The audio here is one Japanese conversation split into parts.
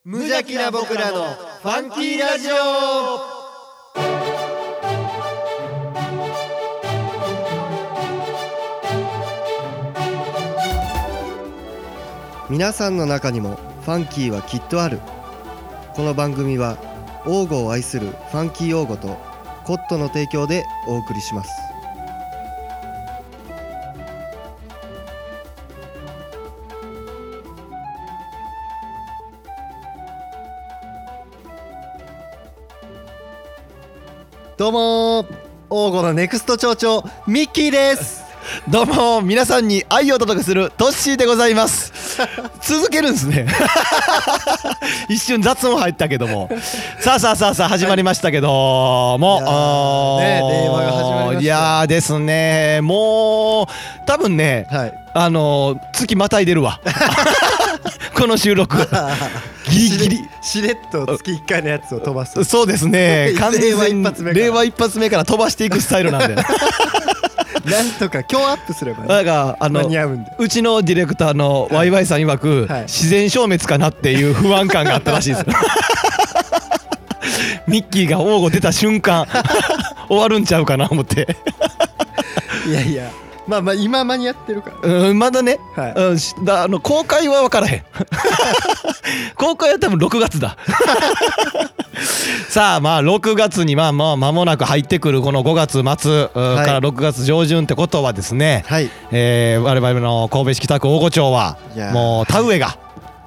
無邪気な僕らのファンキーラジオ。皆さんの中にもファンキーはきっとある。この番組は王語を愛するファンキー王語とコットの提供でお送りします。どうも王語のネクスト町長ミッキーです。 どうも皆さんに愛をお届けするトッシーでございます続けるんですね一瞬雑音入ったけどもさあ始まりましたけども令和が始まりました。 いやーですね、もう多分ね、 はい、 月またいでるわこの収録ギリギリしれっと月1回のやつを飛ばす。 そうですね完全に令和一発目から飛ばしていくスタイルなんでなんとか今日アップすればね、 なんか間に合うんで。 うちのディレクターのワイワイさん曰く、 はい、 自然消滅かなっていう不安感があったらしいですミッキーが王語出た瞬間終わるんちゃうかな思っていやいや、まあ今間に合ってるから、 まだね、 はい、 公開は分からへん公開は多分6月ださあまあ6月に間もなく入ってくるこの5月末から6月上旬ってことはですね、 はい、 我々の神戸市北区大御町はもう田植えが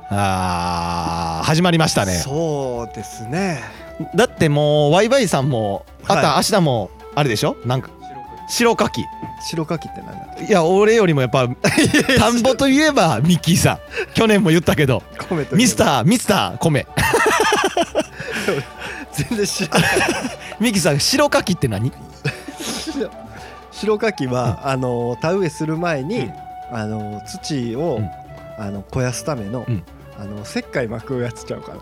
始まりましたね。 そうですね。 だってもうワイワイさんも明日もあれでしょ、なんか白柿って何だ。いや俺よりもやっぱ田んぼといえばミッキーさん去年も言ったけどミスター米全然知らないミッキーさん白柿って何？ 白柿は、田植えする前に、土を、肥やすための、石灰巻くやつちゃうかな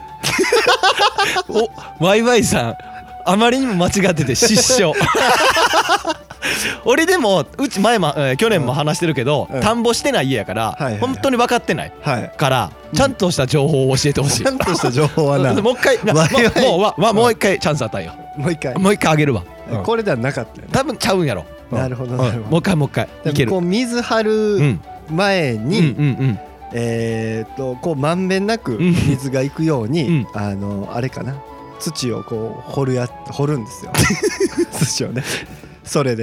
おワイワイさんあまりにも間違ってて失笑俺でもうち去年も話してるけど、田んぼしてない家やから、本当に分かってない、から、ちゃんとした情報を教えてほしい。 ちゃんとした情報はなもう一回もう一回チャンス与えよう。もう一回あげるわ。 これではなかったよね。 多分ちゃうんやろ。 なるほど、 もう一回いける。 こう水張る前にこうまんべんなく水がいくように、あれかな、土をこう掘るんですよ土をね。それです。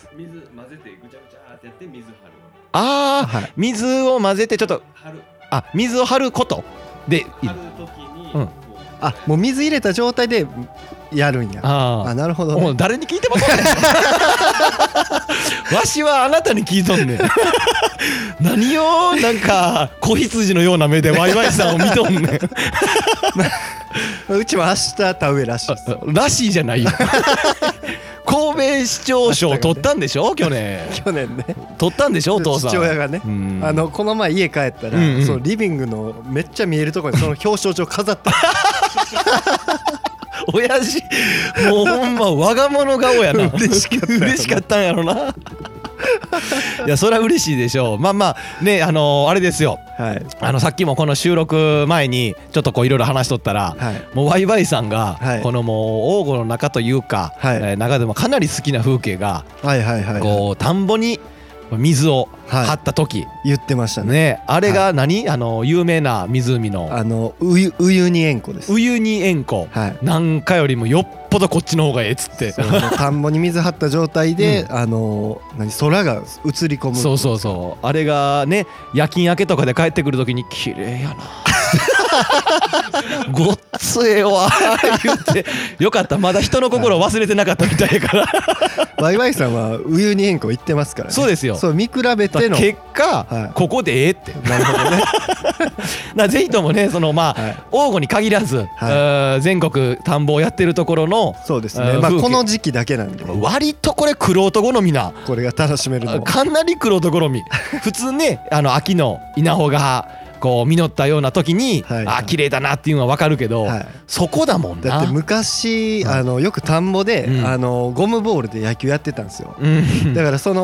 水混ぜてぐちゃぐちゃってやって水張る。 水を混ぜてちょっと水を張ることで張る時に、 もう水入れた状態でやるんや。なるほど、ね。 もう誰に聞いてもわしはあなたに聞いとんねん何をなんか子羊のような目でワイワイさんを見とんねんうちは明日田植えらしいです。 らしいじゃないよ神戸市長賞取ったんでしょ去年ね取ったんでしょお父さん。 父親がね、この前家帰ったら、そのリビングのめっちゃ見えるところにその表彰状飾った親父もうほんま我が物顔やな嬉しかったんやろないやそれは嬉しいでしょう。まあね、あれですよ、さっきもこの収録前にちょっとこういろいろ話しとったら、もうワイワイさんがこのもう王吾の中というか、中でもかなり好きな風景がこう田んぼに水を張った時、 言ってましたね。 あれが何、有名な湖のウユニ塩湖です。 ウユニ塩湖、なんかよりもよっぽどこっちの方がええっつって田んぼに水張った状態で、空が映り込む。 そうあれがね、夜勤明けとかで帰ってくる時に綺麗やなごっつええわ言ってよかった、まだ人の心を忘れてなかったみたいやからワイワイさんはウユニ塩湖行ってますからね。 そうですよ。 そう見比べての結果、ここでええって。 なるほどねぜひともね、その王吾に限らず、全国田んぼをやってるところの、 そうですね、この時期だけなんで割とこれ玄人好みな、 これが楽しめるのかなり玄人好み普通ね、秋の稲穂がこう実ったような時に、綺麗だなっていうのは分かるけど、そこだもんな。 だって昔よく田んぼでゴムボールで野球やってたんですよ。だからその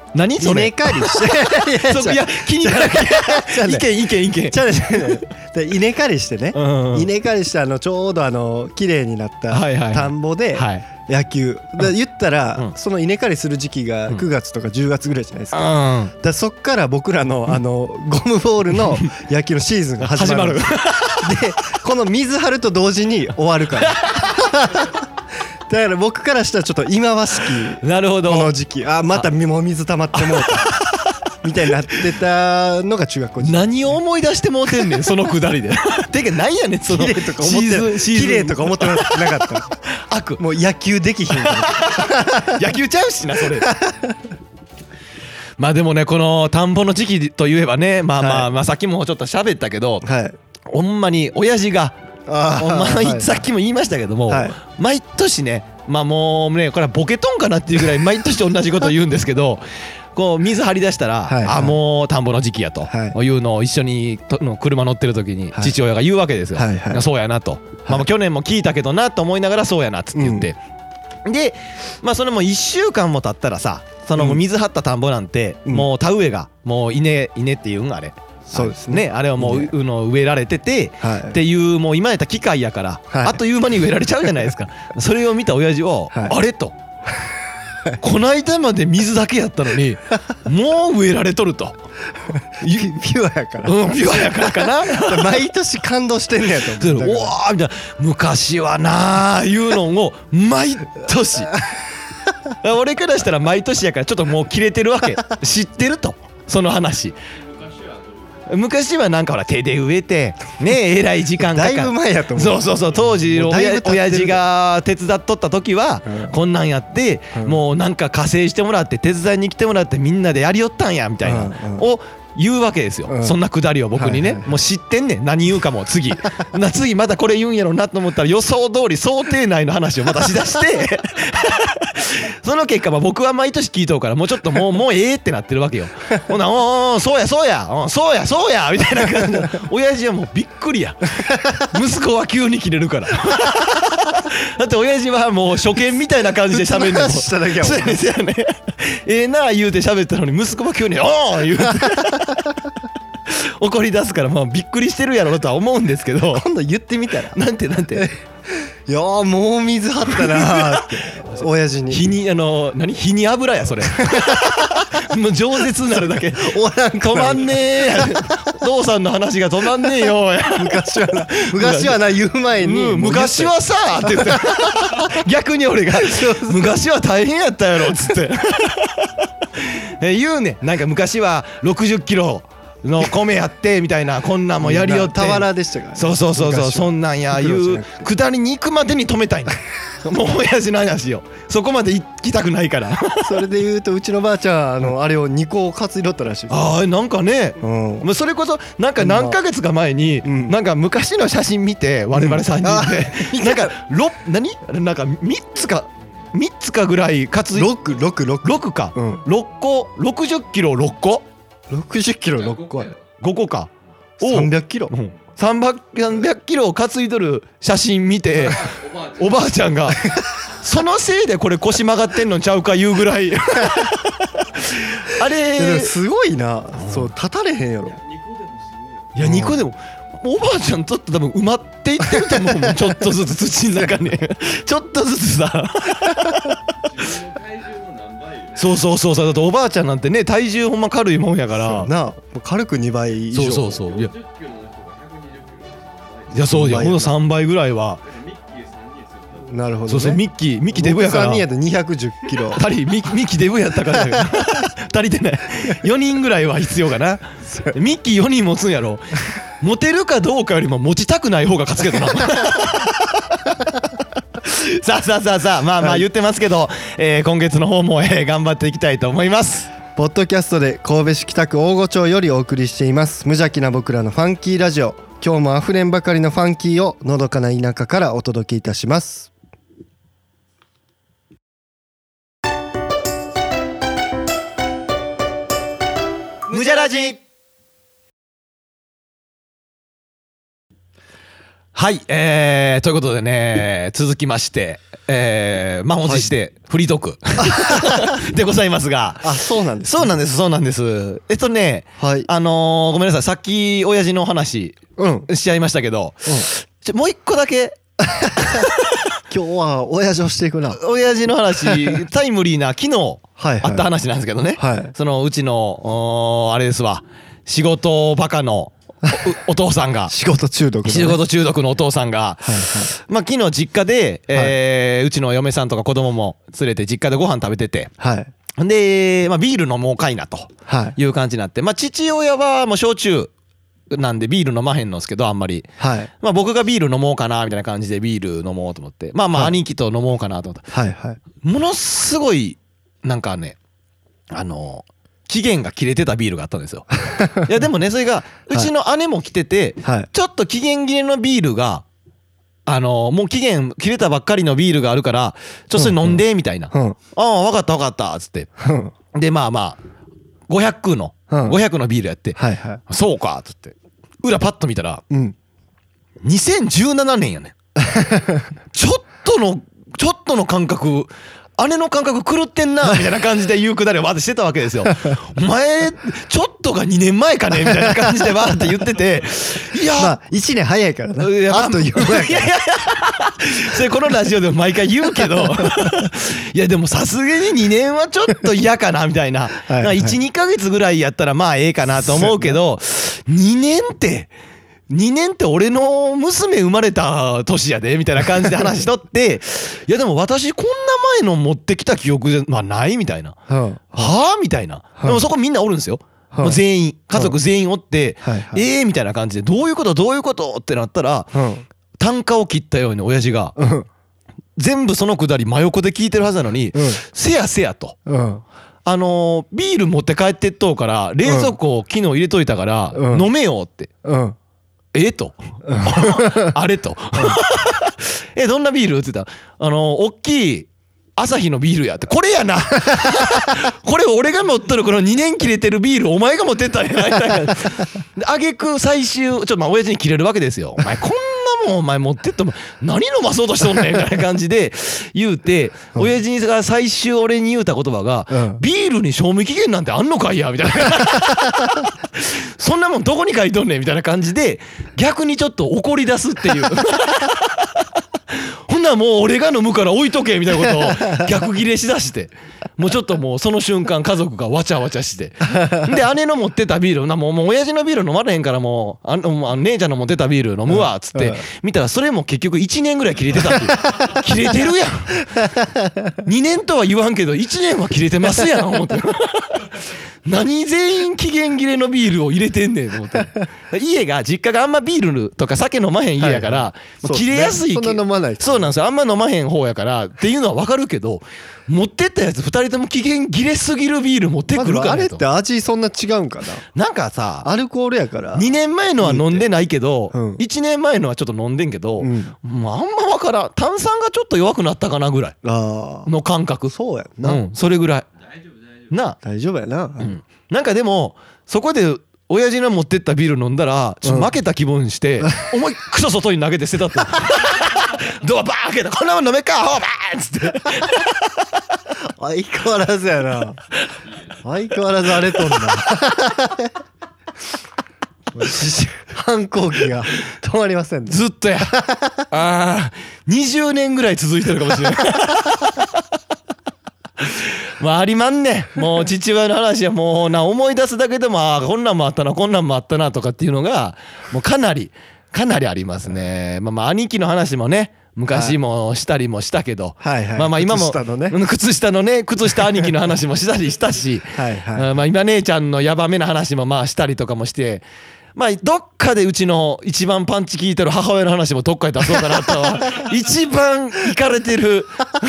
何それ稲刈りしていや気になる意見稲刈りしてね、稲刈りしてちょうど綺麗になった田んぼで野球言ったらその稲刈りする時期が9月とか10月ぐらいじゃないですか。だそっから僕らのゴムボールの野球のシーズンが始まるでこの水張ると同時に終わるからだから僕からしたらちょっと忌まわしきなるほどこの時期またもう水溜まってもうたみたいになってたのが中学校時代。 何を思い出してもうてんねんそのくだりでてか何やねんその綺麗とか思って綺麗とか思ってなかった悪もう野球できひん野球ちゃうしなそれまあでもねこの田んぼの時期といえばねまあさっきもちょっと喋ったけど、ほんまに親父がさっきも言いましたけども、毎年ねもうねこれはボケとんかなっていうぐらい毎年同じことを言うんですけどこう水張り出したらもう田んぼの時期やというのを一緒に車乗ってる時に父親が言うわけですよ。そうやなと去年も聞いたけどなと思いながらそうやなっつって言ってでそれも1週間も経ったらさその水張った田んぼなんてもう田植えがもう稲っていうんあれそうですねあれをもう植えられててっていうもう今やったら機械やからあっという間に植えられちゃうじゃないですか。それを見た親父はあれとこの間まで水だけやったのにもう植えられとるとピュアやからピュアやからかな毎年感動してんねやと思う。 おわみたいな昔はなあいうのを毎年俺からしたら毎年やからちょっともう切れてるわけ知ってるとその話。昔はなんかほら手で植えてねえらい時間かかるだいぶ前やと思う。 そう当時親父が手伝っとった時はこんなんやってもうなんか加勢してもらって手伝いに来てもらってみんなでやりよったんやみたいなを言うわけですよ。そんなくだりを僕にねもう知ってんねん何言うかも次またこれ言うんやろうなと思ったら予想通り想定内の話をまたしだしてその結果僕は毎年聞いとうからもうちょっともうええってなってるわけよ。ほなそうやみたいな感じで親父はもうびっくりや息子は急に切れるからだって親父はもう初見みたいな感じで喋るのもしただけやもんそうですよねな言うて喋ったのに息子は急に言うて怒り出すからびっくりしてるやろとは思うんですけど今度言ってみたらなんていやもう水張ったなーって親父に火に油やそれもう饒舌になるだけ止まんねえや父さんの話が止まんねえよ昔はな言う前に昔はさって言って逆に俺が昔は大変やったやろっつって言うねんなんか昔は60キロの米やってみたいなこんなんもやりよって俵でしたからね。 そうそんなんやいう下りに行くまでに止めたいのもう親父の話よそこまで行きたくないからそれで言うとうちのばあちゃんあれを2個担いどったらしいです。 なんかねそれこそなんか何ヶ月か前になんか昔の写真見て我々3人でなんかなんか3つかぐらい担い6か6個60キロ6個 60キロ6個 5個か 300キロ 300キロを担いどる写真見ておばあちゃんがそのせいでこれ腰曲がってんのちゃうか言うぐらいあれすごいなそう立たれへんやろ。 いや2個でもおばあちゃんちょっと多分埋まっていってると思うもんちょっとずつ土の中にちょっとずつさそうだっておばあちゃんなんてね体重ほんま軽いもんやからな軽く2倍以上そういやそうやほんと3倍ぐらいはなるほどね。 そうミッキーデブやから 3人やと210キロミッキーデブやったから足りてない4人ぐらいは必要かなミッキー4人持つんやろ持てるかどうかよりも持ちたくない方が勝つけどなさあまあ言ってますけど、今月の方も、頑張っていきたいと思います。 ポッドキャストで神戸市北区大御町よりお送りしています無邪気な僕らのファンキーラジオ。今日もあふれんばかりのファンキーをのどかな田舎からお届けいたします。 無邪ラジ。 はい、ということでね、続きまして満を持してフリートークでございますが、 あ、そうなんです、ね、 そうなんです、そうなんです。はい、ごめんなさい、さっき親父の話しちゃいましたけど、もう一個だけ今日は親父をしていくな。親父の話、タイムリーな昨日あった話なんですけどね、はいはい、そのうちのあれですわ、仕事バカのお父さんが仕事中毒のお父さんが、はいはい、まあ昨日実家で、うちの嫁さんとか子供も連れて実家でご飯食べてて、はい、で、まあ、ビール飲もうかいなという感じになって、まあ、父親はもう焼酎なんでビール飲まへんのですけどあんまり、はい、まあ僕がビール飲もうかなみたいな感じでビール飲もうと思って、まあまあ兄貴と飲もうかなと思って、はいはい、ものすごいなんかね期限が切れてたビールがあったんですよ。いやでもね、それがうちの姉も来てて、はい、ちょっと期限切れのビールがもう期限切れたばっかりのビールがあるからちょっとそれ飲んでみたいな、ああ分かった分かったっつって、でまあまあ500のビールやって、はいはい、そうかっつって裏パッと見たら、2017年やねん。ちょっとの感覚、姉の感覚狂ってんなみたいな感じで言うくだりをわーってしてたわけですよ。お前ちょっとが2年前かねみたいな感じでわーって言ってて、いやまあ1年早いからな、あと4年やから。 それこのラジオでも毎回言うけどいやでもさすがに2年はちょっと嫌かなみたいな、はいはい、1,2 ヶ月ぐらいやったらまあええかなと思うけど、2年って俺の娘生まれた年やでみたいな感じで話しとっていやでも私こんな前の持ってきた記憶まあないみたいな、はあみたいな、でもそこみんなおるんですよ、もう全員家族全員おって、みたいな感じでどういうことってなったら、単価を切ったように親父が全部そのくだり真横で聞いてるはずなのに、せやせやと、ビール持って帰ってっとうから冷蔵庫昨日入れといたから飲めよって、とあれとどんなビールって言ったら大きい朝日のビールやって、これやなこれ俺が持っとるこの2年切れてるビールお前が持ってったんやないかあげく最終ちょっとまあ親父に切れるわけですよ。お前こんなもんお前持ってっても何飲まそうとしとんねんみたいな感じで言うて、親父が最終俺に言うた言葉が、ビールに賞味期限なんてあんのかいやみたいなそんなもんどこに書いとんねんみたいな感じで逆にちょっと怒り出すっていうほんならもう俺が飲むから置いとけみたいなことを逆ギレしだして、もうちょっともうその瞬間家族がわちゃわちゃしてで姉の持ってたビールもう親父のビール飲まれへんからもう姉ちゃんの持ってたビール飲むわっつって見たらそれも結局1年ぐらい切れてたっていう切れてるやん2年とは言わんけど1年は切れてますやん思って何全員期限切れのビールを入れてんねんと思って実家があんまビールとか酒飲まへん家やから、切れやすい、 そんな飲まない、 そうなんですよ、あんま飲まへん方やからっていうのは分かるけど、持ってったやつ2人とも期限切れすぎるビール持ってくるからと、 あれって味そんな違うんかな。 なんかさアルコールやから 2年前のは飲んでないけど、1年前のはちょっと飲んでんけど、もうあんま分からん、炭酸がちょっと弱くなったかなぐらいの感覚。 そうやんな、 それぐらい大丈夫やな、 なんかでもそこで親父の持ってったビール飲んだらちょっと負けた気分して思いっくそ外に投げて捨てたってドアバーン開けた、こんなもん飲めっかアホバーンっつって相変わらずやな、相変わらずあれとんな反抗期が止まりませんね、 ずっとや20年ぐらい続いてるかもしれないまあありまんねん、もう父親の話はもう思い出すだけでもこんなんもあったなこんなんもあったなとかっていうのがもうかなりありますね。まあ兄貴の話もね昔もしたりもしたけど、まあ今も靴下兄貴の話もしたりしたしまあ今姉ちゃんのヤバめな話もまあしたりとかもして、まあどっかでうちの一番パンチ効いてる母親の話もどっかで出そうかなとは一番イカれてる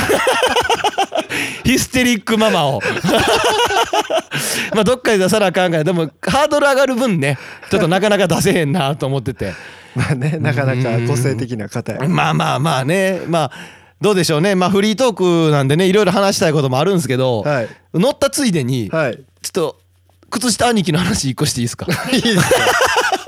ヒステリックママをまあどっかで出さなあかんから、でもハードル上がる分ねちょっとなかなか出せへんなと思っててまあね、なかなか個性的な方や。 まあね、まあどうでしょうね、まあフリートークなんでねいろいろ話したいこともあるんですけど、乗ったついでにちょっと靴下兄貴の話一個していいですか？ いいですか？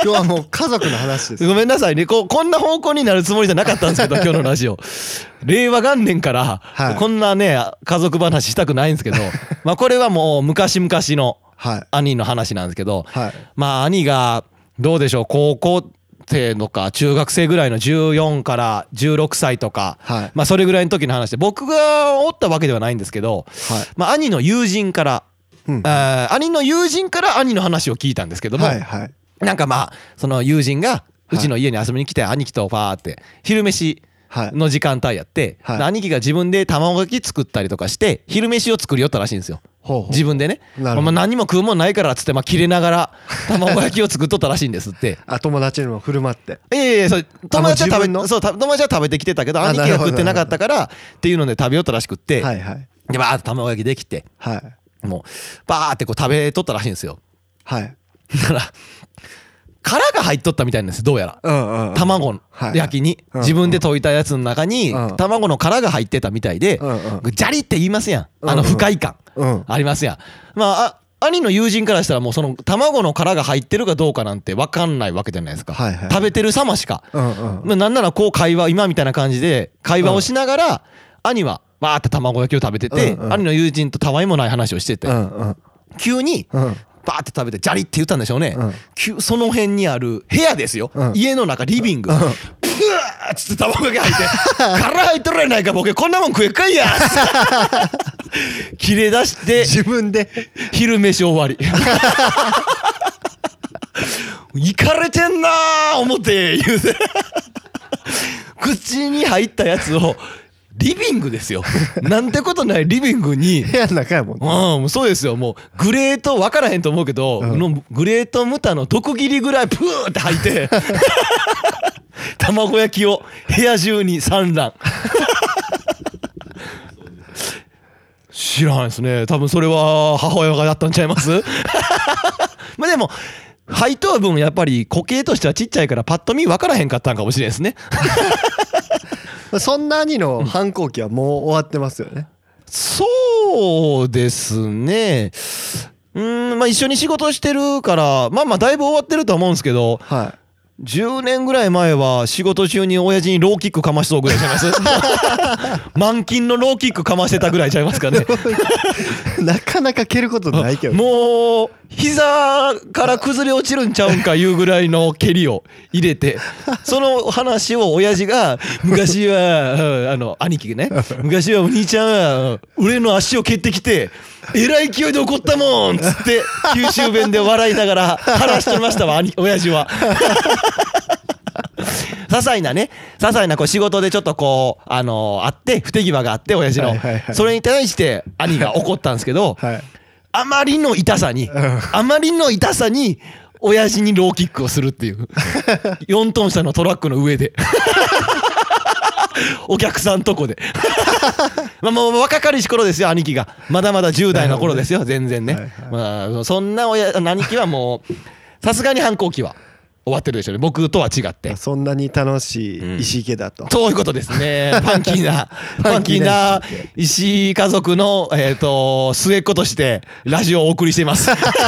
今日はもう家族の話です。 ごめんなさいね、こんな方向になるつもりじゃなかったんですけど今日のラジオ令和元年からこんなね家族話したくないんですけどまあこれはもう昔々の兄の話なんですけど、まあ兄がどうでしょう、高校生のか中学生ぐらいの14から16歳とか、まあそれぐらいの時の話で、僕がおったわけではないんですけど、まあ兄の友人から、兄の友人から兄の話を聞いたんですけども、なんかまあその友人がうちの家に遊びに来て、兄貴とパーって昼飯の時間帯やって、兄貴が自分で卵焼き作ったりとかして昼飯を作りよったらしいんですよ。自分でね、まあ何も食うもんないからっつって、まあ切れながら卵焼きを作っとったらしいんですって。 友達にも振る舞って。 そう友達は食べてきてたけど、兄貴が食ってなかったからっていうので食べよったらしくって、でバーって卵焼きできて、もうバーってこう食べとったらしいんですよ。だから殻が入っとったみたいなんです、どうやら。卵焼きに自分で溶いたやつの中に卵の殻が入ってたみたいで、ジャリって言いますやん、不快感ありますやん。まあ兄の友人からしたらもうその卵の殻が入ってるかどうかなんて分かんないわけじゃないですか、食べてる様しか。なんならこう会話、今みたいな感じで会話をしながら兄はバーって卵焼きを食べてて、兄の友人とたわいもない話をしてて、急にバーって食べてジャリって言ったんでしょうね、その辺にある部屋ですよ、家の中リビング、ブワーッつって卵焼き入って殻入っとるやないかボケ、こんなもん食えっかいや切れ出して自分で昼飯終わりいかれてんなー思って言うて口に入ったやつをリビングですよなんてことないリビングに部屋の中やもんね。 もうそうですよ、もうグレート分からへんと思うけど、グレートムタの毒切りぐらいプーって吐いて卵焼きを部屋中に散乱知らないですね、多分それは母親がやったんちゃいますまあでも吐いとる分やっぱり固形としてはちっちゃいからパッと見分からへんかったんかもしれないですねそんな兄の反抗期はもう終わってますよね。 そうですね。まあ一緒に仕事してるからまあだいぶ終わってるとは思うんですけど、10年ぐらい前は仕事中に親父にローキックかましそうぐらいちゃいます満勤のローキックかましてたぐらいちゃいますかねなかなか蹴ることないけど、 もう膝から崩れ落ちるんちゃうんかいうぐらいの蹴りを入れて、その話を親父が昔は兄貴がね、昔はお兄ちゃんは俺の足を蹴ってきてえらい勢いで怒ったもんっつって九州弁で笑いながら話してましたわ親父は些細なこう仕事でちょっとこうあって不手際があって親父の、それに対して兄が怒ったんですけど、あまりの痛さに親父にローキックをするっていう4トン車のトラックの上でお客さんとこでまあもう若かりし頃ですよ、兄貴がまだまだ10代の頃ですよ全然ね。まあそんな兄貴はもうさすがに反抗期は終わってるでしょうね、僕とは違って。 そんなに楽しい石井家だと、 そういうことですね。ファンキーな石井家族の末っ子としてラジオをお送りしています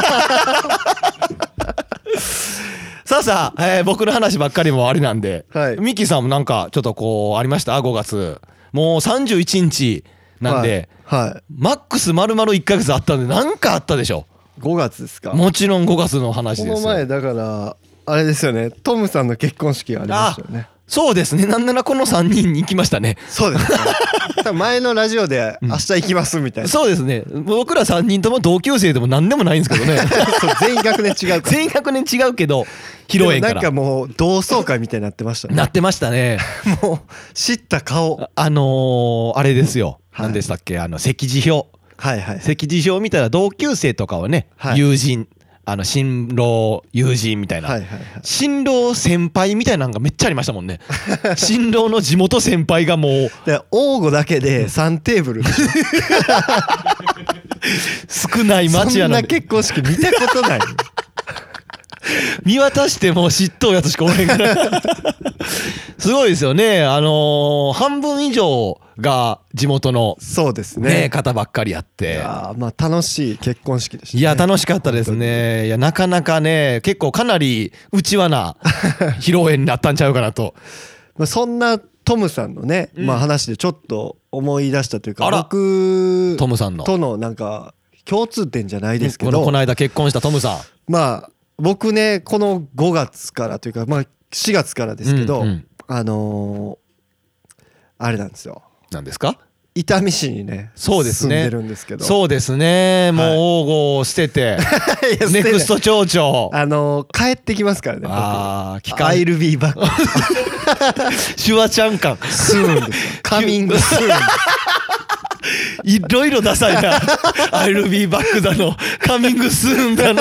さあ、僕の話ばっかりもあれなんで、ミキさんもなんかちょっとこうありました？ 5 月もう31日なんで、マックス丸々1ヶ月あったんでなんかあったでしょ。 5月ですか？ もちろん5月の話ですよ。 この前だからあれですよね、トムさんの結婚式がありましたよね。 そうですね、なんならこの3人に行きましたね。 そうですね多分前のラジオで明日行きますみたいな、 そうですね、僕ら3人とも同級生でも何でもないんですけどねそう全員学年違うから全員学年違うけど披露宴からなんかもう同窓会みたいになってましたね。 なってましたねもう知った顔あれですよ、何でしたっけ、席次表、席次表見たら同級生とかはね、友人新郎友人みたいな、新郎先輩みたいなのがめっちゃありましたもんね新郎の地元先輩がもう王吾だけで3テーブル少ない町やな。 そんな結婚式見たことない見渡しても嫉妬やつしかおれんからすごいですよね。半分以上が地元のそうですね方ばっかりやって、 いやまあ楽しい結婚式でしたね。 いや楽しかったですね。いやなかなかね結構かなり内輪な披露宴になったんちゃうかなとまあそんなトムさんのね、まあ話でちょっと思い出したというか、僕トムさんのとのなんか共通点じゃないですけど、 この間結婚したトムさん、 まあ僕ねこの5月からというかまあ4月からですけど、あれなんですよ。 何ですか？ 伊丹市にねそうですね住んでるんですけど、 そうですね、もう王吾を捨ててネクスト町長帰ってきますからね。 ああ I'll be back シュワちゃん感スーンですよ。カミングスーンいろいろダサいなI'll be back だのカミングスーンだの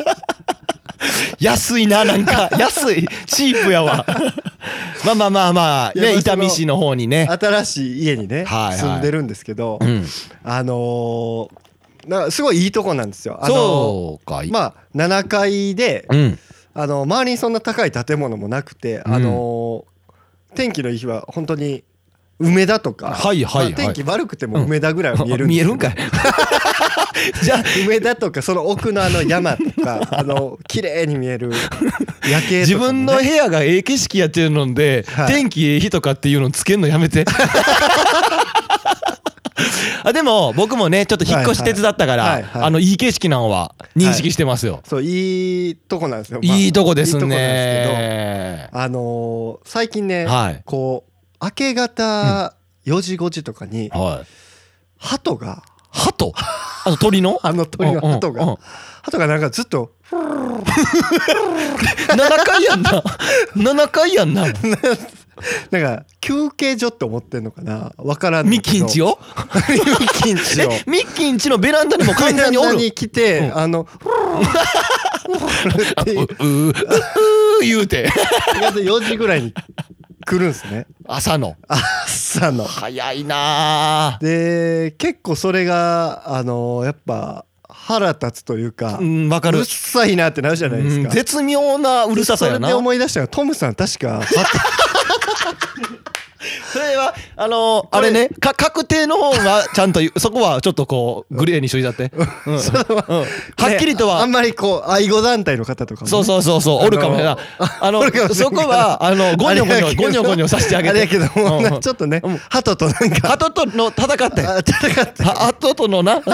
安いな、なんか安いチープやわまあね伊丹市の方にね新しい家にね住んでるんですけど、すごいいいとこなんですよ。 そうかまあ7階で周りにそんな高い建物もなくて、天気のいい日は本当に梅田とか、天気悪くても梅田ぐらいは見えるんですよ。 見えるんかいじゃあ梅田とかその奥の山とか綺麗に見える夜景とかもね、 自分の部屋がええ景色やってるので、天気ええ日とかっていうのつけんのやめてでも僕もねちょっと引っ越し手伝ったからいい景色なのは認識してますよ。 そういいとこなんですよ。 いいとこですね。 最近ねこう明け方4時5時とかに鳩が鳥の鳥の鳩がなんかずっと 7回やんな7回やんななんか休憩所って思ってんのかな分からんミッキーんちをミッキーんちのベランダにも完全におる。 ベランダに来て言うて 4時ぐらいに来るんですね。 朝の早いな。 で結構それがやっぱ腹立つというか、 わかる。 うるさいなってなるじゃないですか。 絶妙なうるささやな。 それで思い出したのがトムさん確かそれはあれね確定の方はちゃんとそこはちょっとこうグレーにしといたって、はっきりとはあんまりこう愛護団体の方とかもそうおるかもしれないそこはゴニョゴニョさせてあげて。 あれやけどもちょっとね鳩となんか鳩との戦って鳩とのな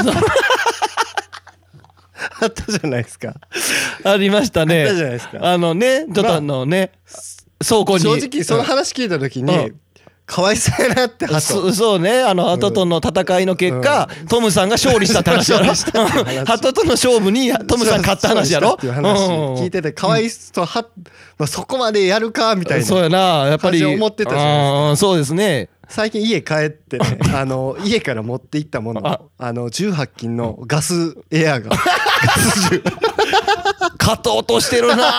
あったじゃないですか。 ありましたね。 あったじゃないですか。 ちょっと倉庫に正直その話聞いた時にかわいそうやなって鳩。 そうね鳩との戦いの結果トムさんが勝利したって話やろ。鳩との勝負にトムさん勝った話やろっていう話聞いててかわいそうそこまでやるかみたいな。 そうやなやっぱり思ってたじゃないですか。 そうですね。 最近家帰ってね家から持って行ったもの18金のガスエアがガス銃勝とうとしてるな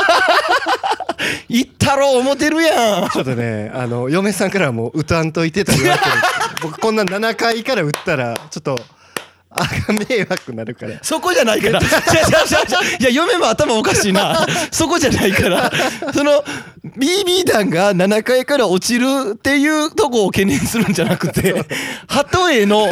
行ったろ思てるやん。 ちょっとね嫁さんからはもう撃たんといてと言われてる僕こんな7階から撃ったらちょっと迷惑になるから。 そこじゃないからいや嫁も頭おかしいなそこじゃないからその BB 弾が7階から落ちるっていうとこを懸念するんじゃなくて鳩への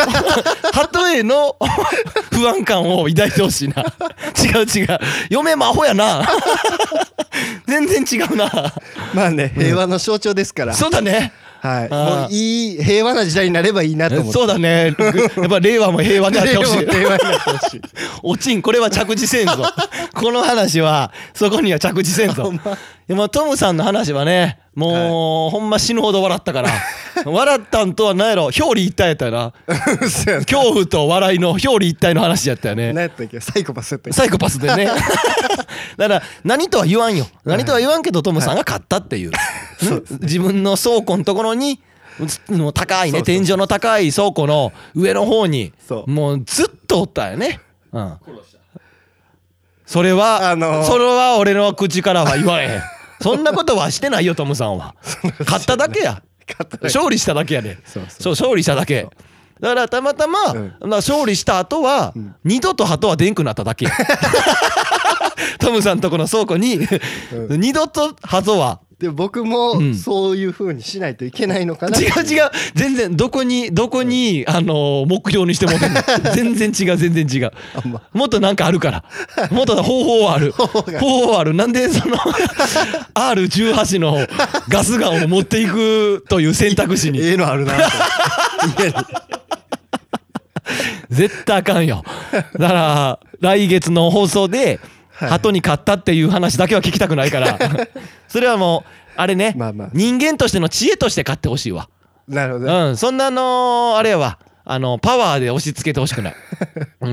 不安感を抱いてほしいな。違う嫁もアホやな全然違うな。 まあね平和の象徴ですから、 そうだね。 はい、もういい平和な時代になればいいなと思って。 そうだね。やっぱ令和も平和になってほしい。 平和になってほしい。 おちんこれは着地せんぞ。この話はそこには着地せんぞ。でもトムさんの話はねもう、ほんま死ぬほど笑ったから笑ったんとは何やろ表裏一体やったよな。恐怖と笑いの表裏一体の話やったよね。 何やったっけサイコパスやったっけ。 サイコパスでねだから何とは言わんよ。何とは言わんけどトムさんが勝ったっていう、自分の倉庫のところに高いね天井の高い倉庫の上の方にもうずっとおったよね。それは俺の口からは言われへん。そんなことはしてないよトムさんは。勝っただけや。勝利しただけやで。そう勝利しただけ。だからたまたま勝利した後は二度と鳩は出んくなっただけや。トムさんとこの倉庫に二度と鳩はで僕もそういう風にしないといけないのかな。 違う全然どこに目標にしても全然違うもっとなんかあるからもっと方法はあるなんでその R18 のガスガンを持っていくという選択肢にのあるな絶対あかんよ。だから来月の放送で鳩に勝ったっていう話だけは聞きたくないからそれはもうあれね、人間としての知恵として勝ってほしいわ。 なるほど、 そんなあれはパワーで押し付けてほしくない、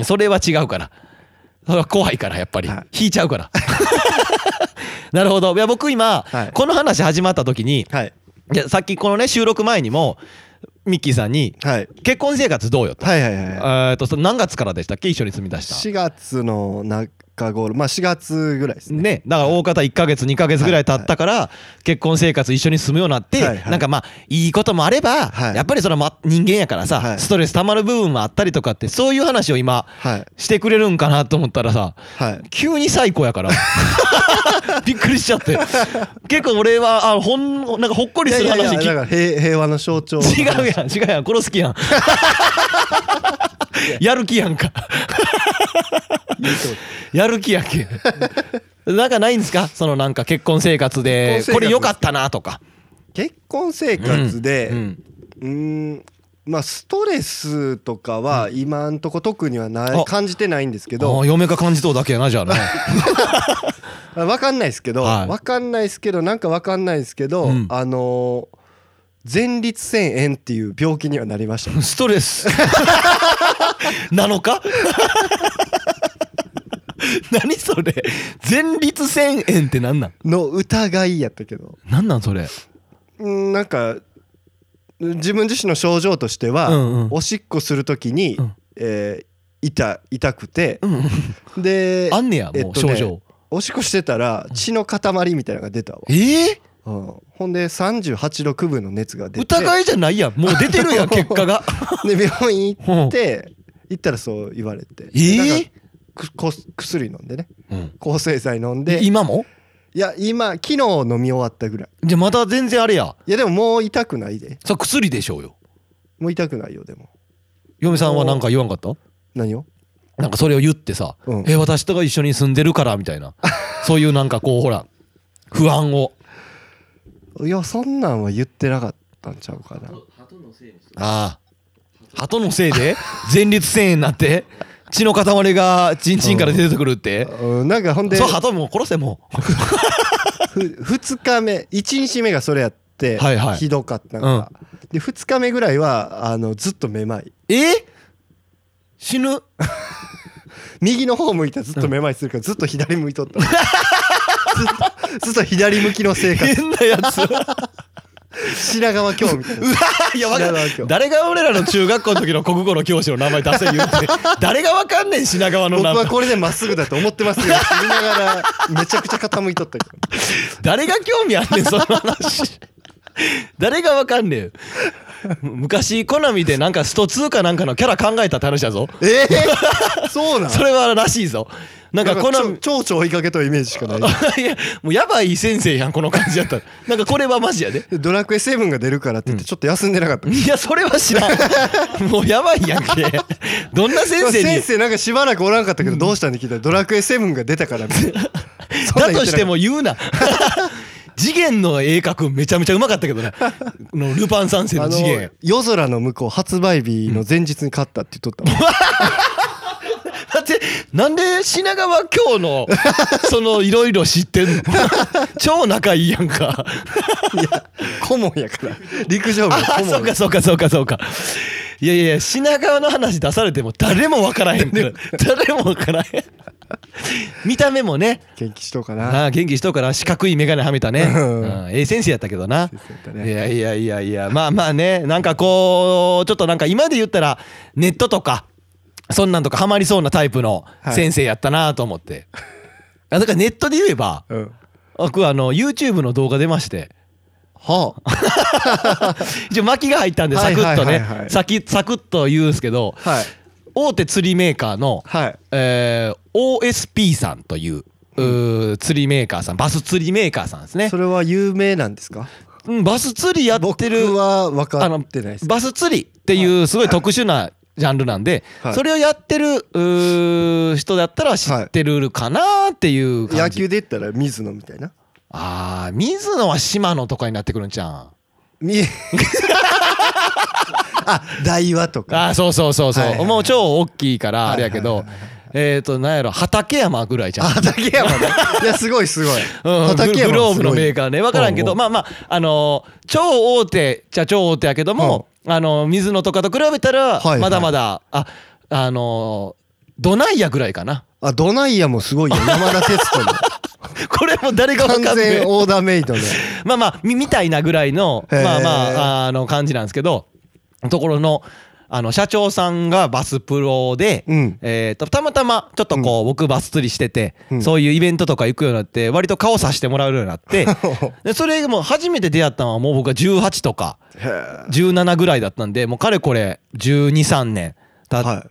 それは違うから、それは怖いからやっぱり、引いちゃうからなるほど。いや僕今、この話始まった時に、いやさっきこのね収録前にもミッキーさんに結婚生活どうよと、何月からでしたっけ一緒に住み出した ？4月の中頃、4月ぐらいですね。 だから大方1ヶ月2ヶ月ぐらい経ったから結婚生活一緒に住むようになって、なんかいいこともあればやっぱりそれは人間やからさストレス溜まる部分もあったりとかって、そういう話を今してくれるんかなと思ったらさ、急に最高やからびっくりしちゃって、結構俺はなんかほっこりする話だから平和の象徴。 違うやん殺す気やんやる気やんかやる気やけなんかないんですか、そのなんか結婚生活でこれ良かったなとか。 結婚生活でストレスとかは今んとこ特には感じてないんですけど、 嫁が感じとうだけやなじゃあね分かんないですけどなんか分かんないですけど前立腺炎っていう病気にはなりました。 ストレスなのか何それ、前立腺炎って何なんの疑いやったけど、 何なんそれ。 なんか自分自身の症状としては、おしっこするときに、痛くて、であんねやもう症状、 おしっこしてたら血の塊みたいなのが出たわ。ほんで38度9分の熱が出て、 疑いじゃないやん、もう出てるやん結果がで病院行ったらそう言われて、薬飲んでね、抗生剤飲んで。 今も？ いや昨日飲み終わったぐらい。 じゃまだ全然あれや。 いやでももう痛くないで。 それ薬でしょうよ。 もう痛くないよ。でも嫁さんは何か言わんかった？ 何を？ なんかそれを言ってさ、私とが一緒に住んでるからみたいなそういうなんかこうほら不安を。 いやそんなんは言ってなかったんちゃうかな。 鳩のせいで前立腺炎になって血の塊がチンチンから出てくるって、 なんかほんでそう鳩も殺せもう 2日目1日目がそれやって、ひどかったのが、で2日目ぐらいはずっとめまい。 死ぬ右の方向いたらずっとめまいするからずっと左向いとったずっと左向きの生活。 変なやつ品川京みたいな。 いや誰が俺らの中学校の時の国語の教師の名前出せ言うて誰がわかんねん品川の名前。 僕はこれでまっすぐだと思ってますよって言いながらめちゃくちゃ傾いとったけど誰が興味あんねんその話誰がわかんねん。昔コナミでなんかスト2かなんかのキャラ考えたって話だぞ。 そうなん？ それはらしいぞ。なんかコナミ蝶々追いかけとイメージしかない。 いやもうやばい先生やんこの感じやったら。なんかこれはマジやで。 ドラクエ7が出るからって言ってちょっと休んでなかった。 いやそれは知らんもうやばいやんけ。どんな先生に。 先生なんかしばらくおらんかったけどどうしたんで聞いたらドラクエ7が出たからみたいな。 だとしても言うな次元の絵描くめちゃめちゃうまかったけどねルパン三世の次元。 夜空の向こう発売日の前日に買ったって言っとったもんだってなんで品川京のそのいろいろ知ってんの超仲いいやんかいや顧問やから陸上部の顧問。 そうかいや品川の話出されても誰も分からへんから誰も分からへん見た目もね元気しとうかな。 元気しとうかな。四角い眼鏡はめたね先生やったけどな。いやまあねなんかこうちょっとなんか今で言ったらネットとかそんなんとかハマりそうなタイプの先生やったなと思って、だからネットで言えば、僕YouTube の動画出まして、一応巻きが入ったんでサクッとねサクッと言うんですけど、大手釣りメーカーのOSP さんという釣りメーカーさん、バス釣りメーカーさんですね。 それは有名なんですか？ バス釣りやってる、 僕は分かってないです。 バス釣りっていうすごい特殊なジャンルなんで、それをやってる人だったら知ってるかなっていう感じ。 野球で言ったら水野みたいな。 水野は島野とかになってくるんちゃうん大和とか。 そう、もう超大きいからあれやけど、なんやろ、畠山ぐらいじゃん。 畠山ね。いやすごいすごい。 畠山グローブのメーカーね、分からんけど、まあ超大手じゃ超大手やけども、水野とかと比べたらまだまだドナイヤぐらいかな。 ドナイヤもすごいよ。山田哲人のこれも誰が分かんない。 完全オーダーメイドでみたいなぐらいの感じなんですけど、ところの社長さんがバスプロで、たまたまちょっと僕バス釣りしてて、そういうイベントとか行くようになって割と顔させてもらえるようになってでそれもう初めて出会ったのはもう僕が18とか17ぐらいだったんで、もうかれこれ12、3年経って、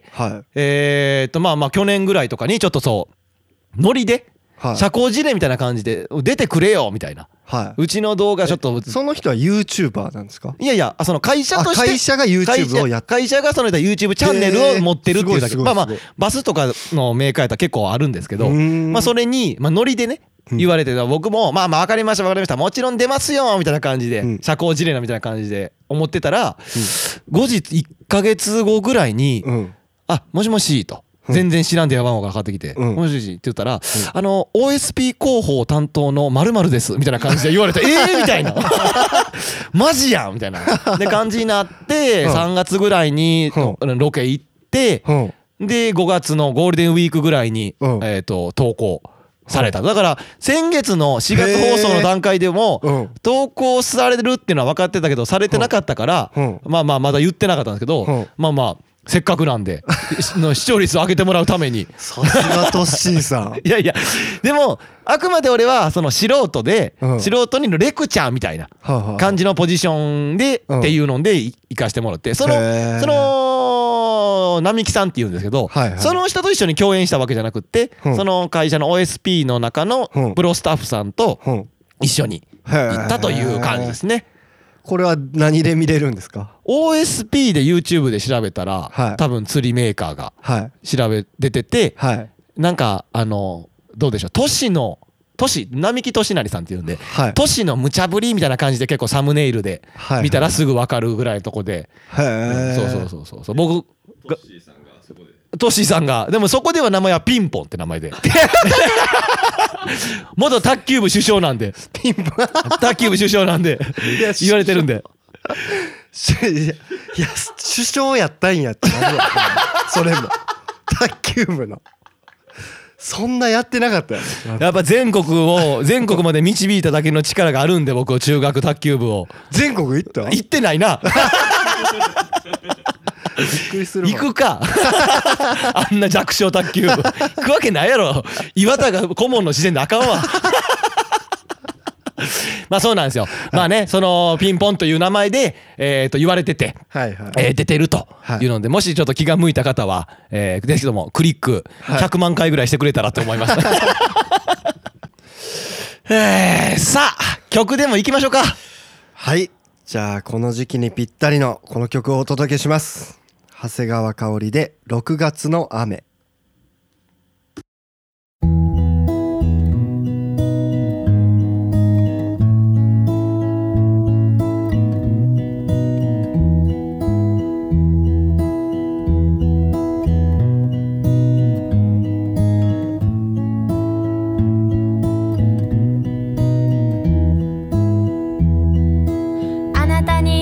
去年ぐらいとかにちょっとそうノリで社交辞令みたいな感じで出てくれよみたいな、うちの動画ちょっと。 その人は YouTuber なんですか？ いやその会社として、 会社が YouTube をやって、 会社がその YouTube チャンネルを持ってるっていうだけ。バスとかのメーカーやったら結構あるんですけど、それにノリでね言われて、僕も分かりましたもちろん出ますよみたいな感じで、社交辞令みたいな感じで思ってたら、後日1ヶ月後ぐらいにもしもしと。全然知らん電話番号がかかってきて、もしもしって言ったら、OSP 広報担当の〇〇ですみたいな感じで言われてみたいなマジやんみたいなで感じになって、3月ぐらいにロケ行って、で5月のゴールデンウィークぐらいに投稿された。だから先月の4月放送の段階でも投稿されるっていうのは分かってたけど、されてなかったからまだ言ってなかったんですけど、せっかくなんで視聴率を上げてもらうために。 さすがトッシーさん。 いやでもあくまで俺はその素人で、素人にのレクチャーみたいな感じのポジションでっていうので行かしてもらって、その並木さんっていうんですけど、その人と一緒に共演したわけじゃなくって、その会社の OSP の中のプロスタッフさんと一緒に行ったという感じですね。 これは何で見れるんですか？ OSP で YouTube で調べたら、多分釣りメーカーが出てて、なんかどうでしょう、並木俊成さんっていうんで、都市の無茶ぶりみたいな感じで結構サムネイルで見たらすぐ分かるぐらいのとこで、そう僕がトッシーさんが、でもそこでは名前はピンポンって名前で元卓球部首相なんで、ピンポン卓球部首相なんで言われてるんでいや首相やったんやってなるわそれも卓球部のそんなやってなかったよ。 やっぱ全国まで導いただけの力があるんで、僕中学卓球部を。 全国行った？ 行ってないなびっくりするわ。 行くかあんな弱小卓球部行くわけないやろ。岩田が顧問の視線であかんわまあそうなんですよ。まあね、そのピンポンという名前で言われてて、出てるというので、もしちょっと気が向いた方はですけどもクリック100万回ぐらいしてくれたらと思いますさあ曲でも行きましょうか。 はい、じゃあこの時期にぴったりのこの曲をお届けします。長谷川香織で6月の雨。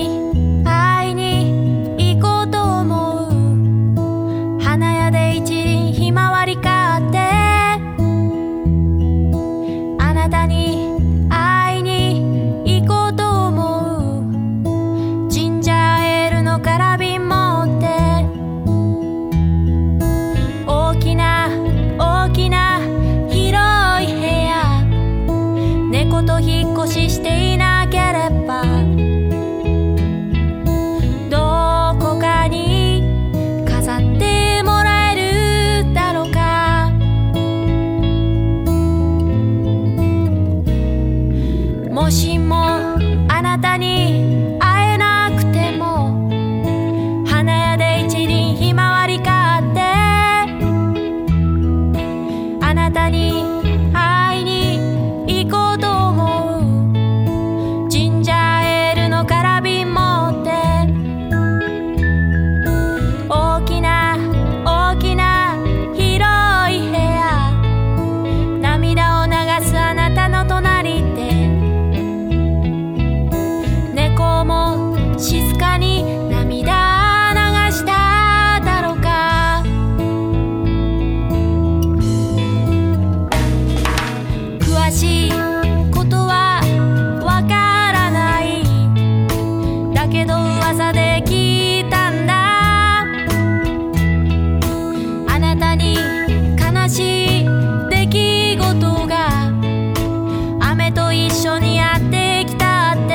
花屋で一輪たに会えなくても花屋で一輪ひまわり買ってあなたに会いに行こうと思う。ジンジャーエールのカラビン持って大きな大きな広い部屋、涙を流すあなたの隣で猫も静かに涙流しただろうか。詳しいことはわからない。だけど噂で聞いたんだ。あなたに悲しい出来事が雨と一緒にやってきたって。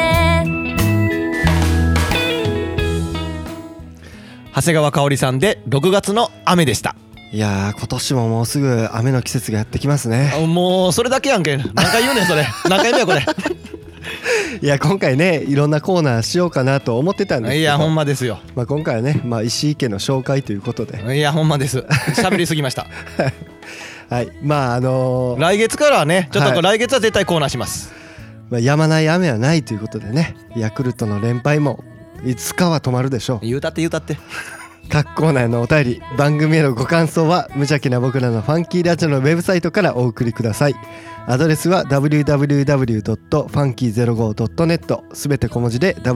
長谷川香織さんで6月の雨でした。 いやー、今年ももうすぐ雨の季節がやってきますね。 もうそれだけやんけ。何回言うねんそれ。何回目やこれ。 いや、今回ねいろんなコーナーしようかなと思ってたんですけど、 いやほんまですよ。 今回はね、石井家の紹介ということで、 いやほんまです。喋りすぎました。 はい、 来月からはねちょっと来月は絶対コーナーします。 やまない雨はないということでね、ヤクルトの連敗もいつかは止まるでしょう。 言うたって言うたって。 各コーナーのお便り、番組へのご感想は無邪気な僕らのファンキーラジオのウェブサイトからお送りください。アドレスは www.funky05.net、 すべて小文字で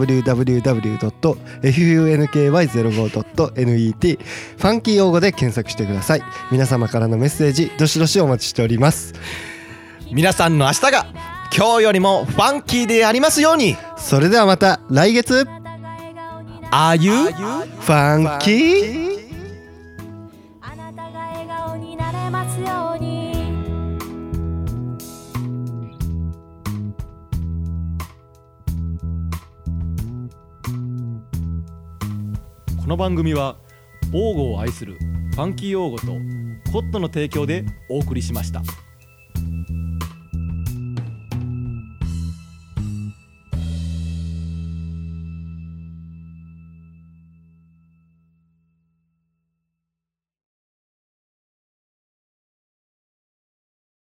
www.funky05.net、 ファンキー用語で検索してください。皆様からのメッセージどしどしお待ちしております。 皆さんの明日が今日よりもファンキーでありますように。 それではまた来月。 Are you ファンキー？ あなたが笑顔になれますように。 この番組は王語を愛するファンキー王語とコットの提供でお送りしました。